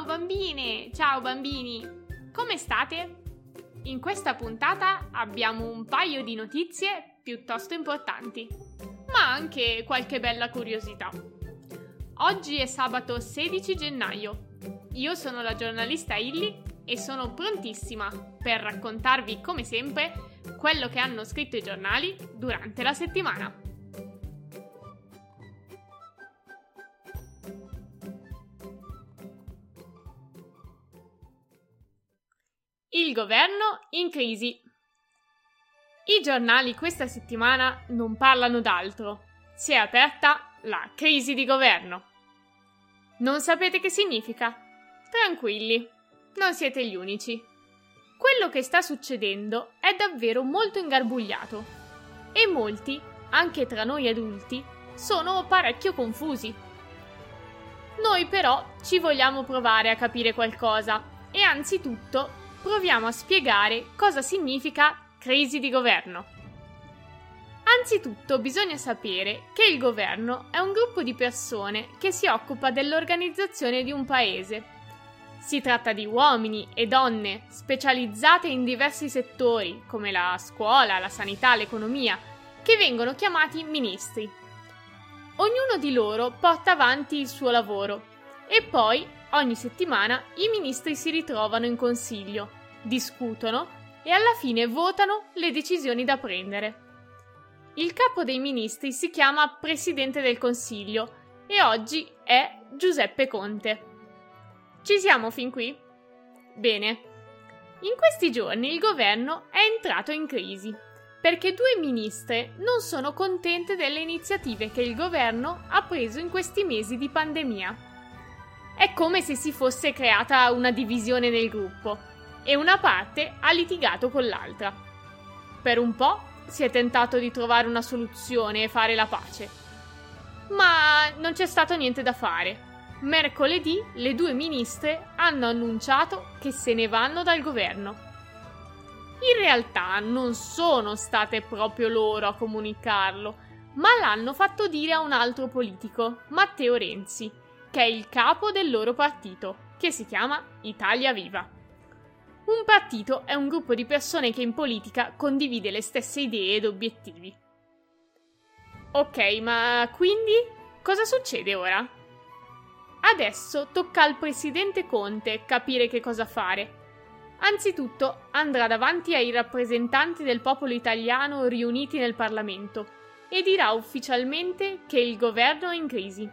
bambine! Ciao bambini! Come state? In questa puntata abbiamo un paio di notizie piuttosto importanti, ma anche qualche bella curiosità. Oggi è sabato 16 gennaio. Io sono la giornalista Illy e sono prontissima per raccontarvi, come sempre, quello che hanno scritto i giornali durante la settimana. Il governo in crisi. I giornali questa settimana non parlano d'altro. Si è aperta la crisi di governo. Non sapete che significa? Tranquilli, non siete gli unici. Quello che sta succedendo è davvero molto ingarbugliato e molti, anche tra noi adulti, sono parecchio confusi. Noi però ci vogliamo provare a capire qualcosa e anzitutto proviamo a spiegare cosa significa crisi di governo. Anzitutto bisogna sapere che il governo è un gruppo di persone che si occupa dell'organizzazione di un paese. Si tratta di uomini e donne specializzate in diversi settori, come la scuola, la sanità, l'economia, che vengono chiamati ministri. Ognuno di loro porta avanti il suo lavoro e poi ogni settimana i ministri si ritrovano in consiglio, discutono e alla fine votano le decisioni da prendere. Il capo dei ministri si chiama Presidente del Consiglio e oggi è Giuseppe Conte. Ci siamo fin qui? Bene. In questi giorni il governo è entrato in crisi perché due ministre non sono contente delle iniziative che il governo ha preso in questi mesi di pandemia. È come se si fosse creata una divisione nel gruppo e una parte ha litigato con l'altra. Per un po' si è tentato di trovare una soluzione e fare la pace, ma non c'è stato niente da fare. Mercoledì le due ministre hanno annunciato che se ne vanno dal governo. In realtà non sono state proprio loro a comunicarlo, ma l'hanno fatto dire a un altro politico, Matteo Renzi, che è il capo del loro partito, che si chiama Italia Viva. Un partito è un gruppo di persone che in politica condivide le stesse idee ed obiettivi. Ok, ma quindi cosa succede ora? Adesso tocca al presidente Conte capire che cosa fare. Anzitutto andrà davanti ai rappresentanti del popolo italiano riuniti nel Parlamento e dirà ufficialmente che il governo è in crisi.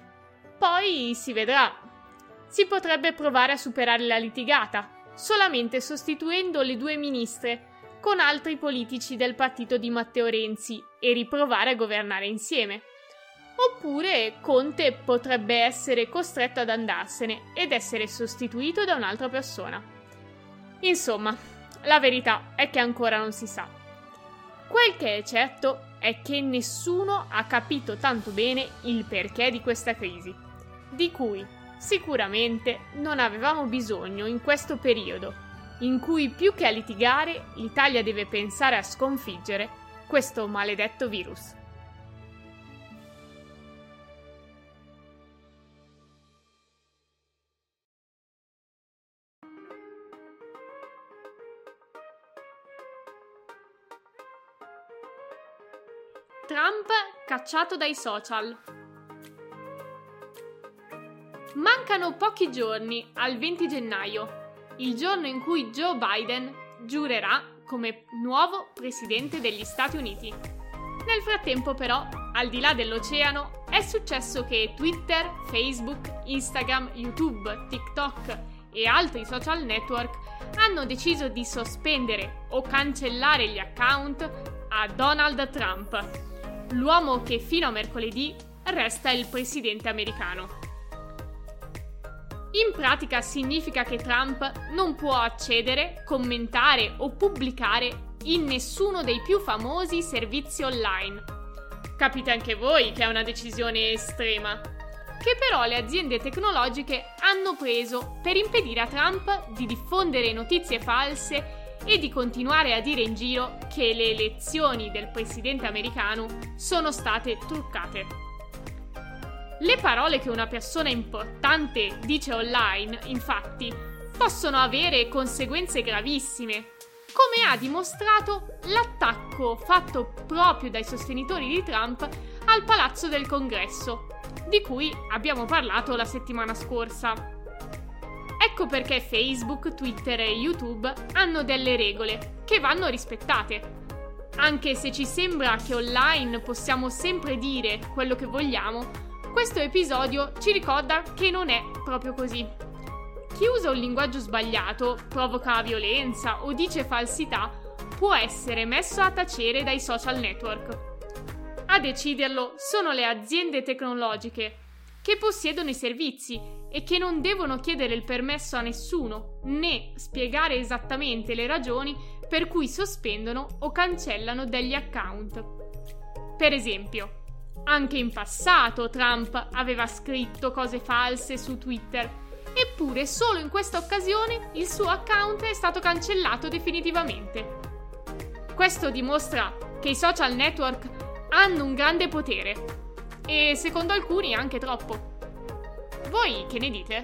Poi si vedrà. Si potrebbe provare a superare la litigata, solamente sostituendo le due ministre con altri politici del partito di Matteo Renzi e riprovare a governare insieme. Oppure Conte potrebbe essere costretto ad andarsene ed essere sostituito da un'altra persona. Insomma, la verità è che ancora non si sa. Quel che è certo è che nessuno ha capito tanto bene il perché di questa crisi, di cui sicuramente non avevamo bisogno in questo periodo, in cui più che a litigare l'Italia deve pensare a sconfiggere questo maledetto virus. Trump cacciato dai social. Mancano pochi giorni al 20 gennaio, il giorno in cui Joe Biden giurerà come nuovo presidente degli Stati Uniti. Nel frattempo, però, al di là dell'oceano, è successo che Twitter, Facebook, Instagram, YouTube, TikTok e altri social network hanno deciso di sospendere o cancellare gli account a Donald Trump, l'uomo che fino a mercoledì resta il presidente americano. In pratica significa che Trump non può accedere, commentare o pubblicare in nessuno dei più famosi servizi online. Capite anche voi che è una decisione estrema, che però le aziende tecnologiche hanno preso per impedire a Trump di diffondere notizie false e di continuare a dire in giro che le elezioni del presidente americano sono state truccate. Le parole che una persona importante dice online, infatti, possono avere conseguenze gravissime, come ha dimostrato l'attacco fatto proprio dai sostenitori di Trump al Palazzo del Congresso, di cui abbiamo parlato la settimana scorsa. Ecco perché Facebook, Twitter e YouTube hanno delle regole che vanno rispettate. Anche se ci sembra che online possiamo sempre dire quello che vogliamo, questo episodio ci ricorda che non è proprio così. Chi usa un linguaggio sbagliato, provoca violenza o dice falsità può essere messo a tacere dai social network. A deciderlo sono le aziende tecnologiche che possiedono i servizi e che non devono chiedere il permesso a nessuno, né spiegare esattamente le ragioni per cui sospendono o cancellano degli account. Per esempio, anche in passato Trump aveva scritto cose false su Twitter, eppure solo in questa occasione il suo account è stato cancellato definitivamente. Questo dimostra che i social network hanno un grande potere e secondo alcuni anche troppo. Voi che ne dite?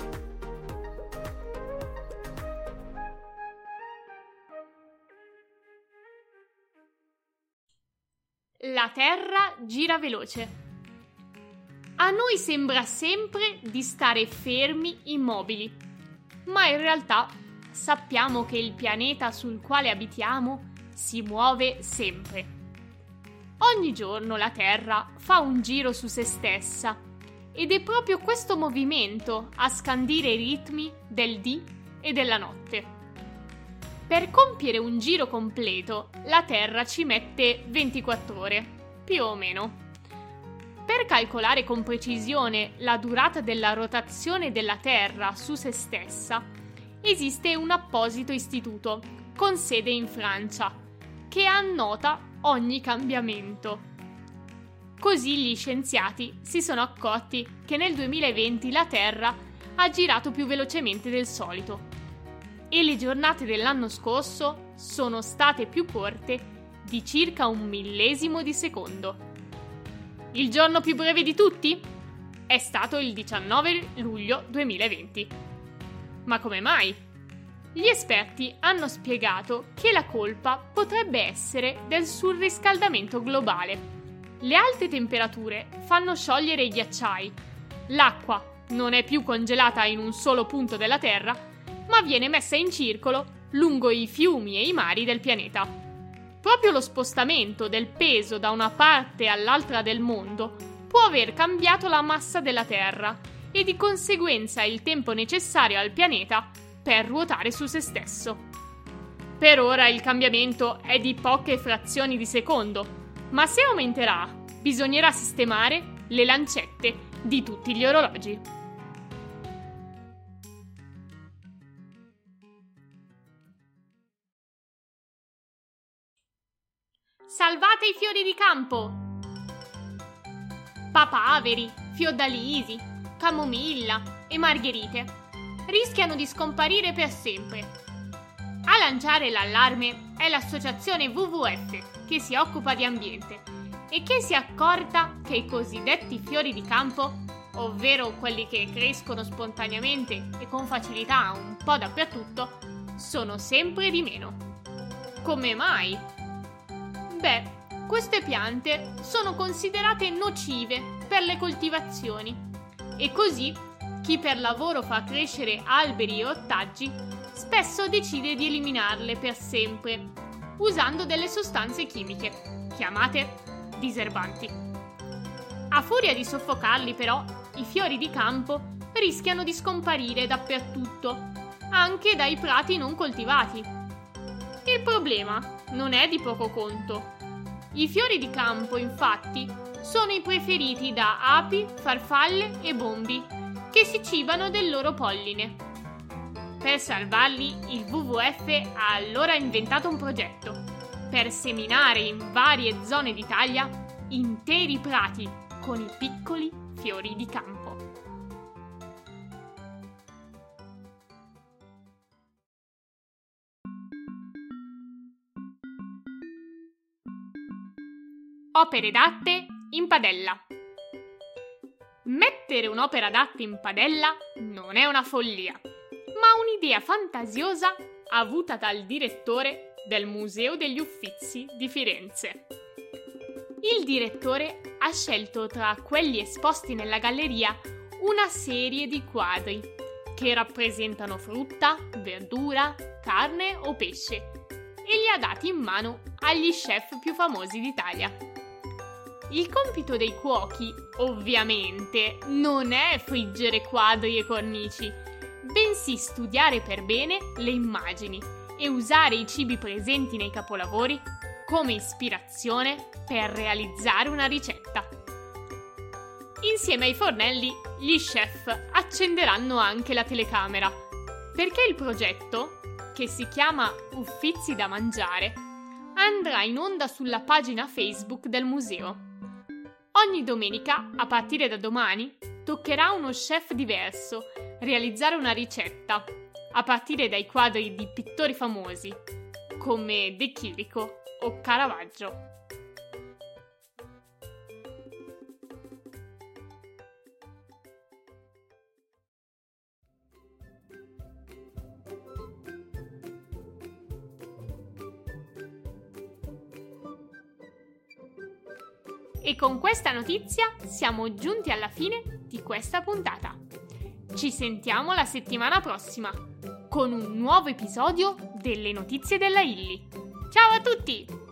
La Terra gira veloce. A noi sembra sempre di stare fermi, immobili, ma in realtà sappiamo che il pianeta sul quale abitiamo si muove sempre. Ogni giorno la Terra fa un giro su se stessa ed è proprio questo movimento a scandire i ritmi del dì e della notte. Per compiere un giro completo, la Terra ci mette 24 ore, più o meno. Per calcolare con precisione la durata della rotazione della Terra su se stessa, esiste un apposito istituto, con sede in Francia, che annota ogni cambiamento. Così gli scienziati si sono accorti che nel 2020 la Terra ha girato più velocemente del solito e le giornate dell'anno scorso sono state più corte di circa 1/1000 di secondo. Il giorno più breve di tutti? È stato il 19 luglio 2020. Ma come mai? Gli esperti hanno spiegato che la colpa potrebbe essere del surriscaldamento globale. Le alte temperature fanno sciogliere i ghiacciai. L'acqua non è più congelata in un solo punto della Terra, ma viene messa in circolo lungo i fiumi e i mari del pianeta. Proprio lo spostamento del peso da una parte all'altra del mondo può aver cambiato la massa della Terra e di conseguenza il tempo necessario al pianeta per ruotare su se stesso. Per ora il cambiamento è di poche frazioni di secondo, ma se aumenterà, bisognerà sistemare le lancette di tutti gli orologi. Salvate i fiori di campo! Papaveri, fiordalisi, camomilla e margherite rischiano di scomparire per sempre. A lanciare l'allarme è l'associazione WWF, che si occupa di ambiente e che si è accorta che i cosiddetti fiori di campo, ovvero quelli che crescono spontaneamente e con facilità un po' dappertutto, sono sempre di meno. Come mai? Beh, queste piante sono considerate nocive per le coltivazioni e così chi per lavoro fa crescere alberi e ortaggi spesso decide di eliminarle per sempre, usando delle sostanze chimiche, chiamate diserbanti. A furia di soffocarli però, i fiori di campo rischiano di scomparire dappertutto, anche dai prati non coltivati. Il problema non è di poco conto. I fiori di campo, infatti, sono i preferiti da api, farfalle e bombi, che si cibano del loro polline. Per salvarli, il WWF ha allora inventato un progetto per seminare in varie zone d'Italia interi prati con i piccoli fiori di campo. Opere d'arte in padella. Metti mettere un'opera d'arte in padella non è una follia, ma un'idea fantasiosa avuta dal direttore del Museo degli Uffizi di Firenze. Il direttore ha scelto tra quelli esposti nella galleria una serie di quadri che rappresentano frutta, verdura, carne o pesce e li ha dati in mano agli chef più famosi d'Italia. Il compito dei cuochi, ovviamente, non è friggere quadri e cornici, bensì studiare per bene le immagini e usare i cibi presenti nei capolavori come ispirazione per realizzare una ricetta. Insieme ai fornelli, gli chef accenderanno anche la telecamera, perché il progetto, che si chiama Uffizi da mangiare, andrà in onda sulla pagina Facebook del museo. Ogni domenica, a partire da domani, toccherà a uno chef diverso realizzare una ricetta, a partire dai quadri di pittori famosi, come De Chirico o Caravaggio. E con questa notizia siamo giunti alla fine di questa puntata. Ci sentiamo la settimana prossima con un nuovo episodio delle notizie della Illy. Ciao a tutti!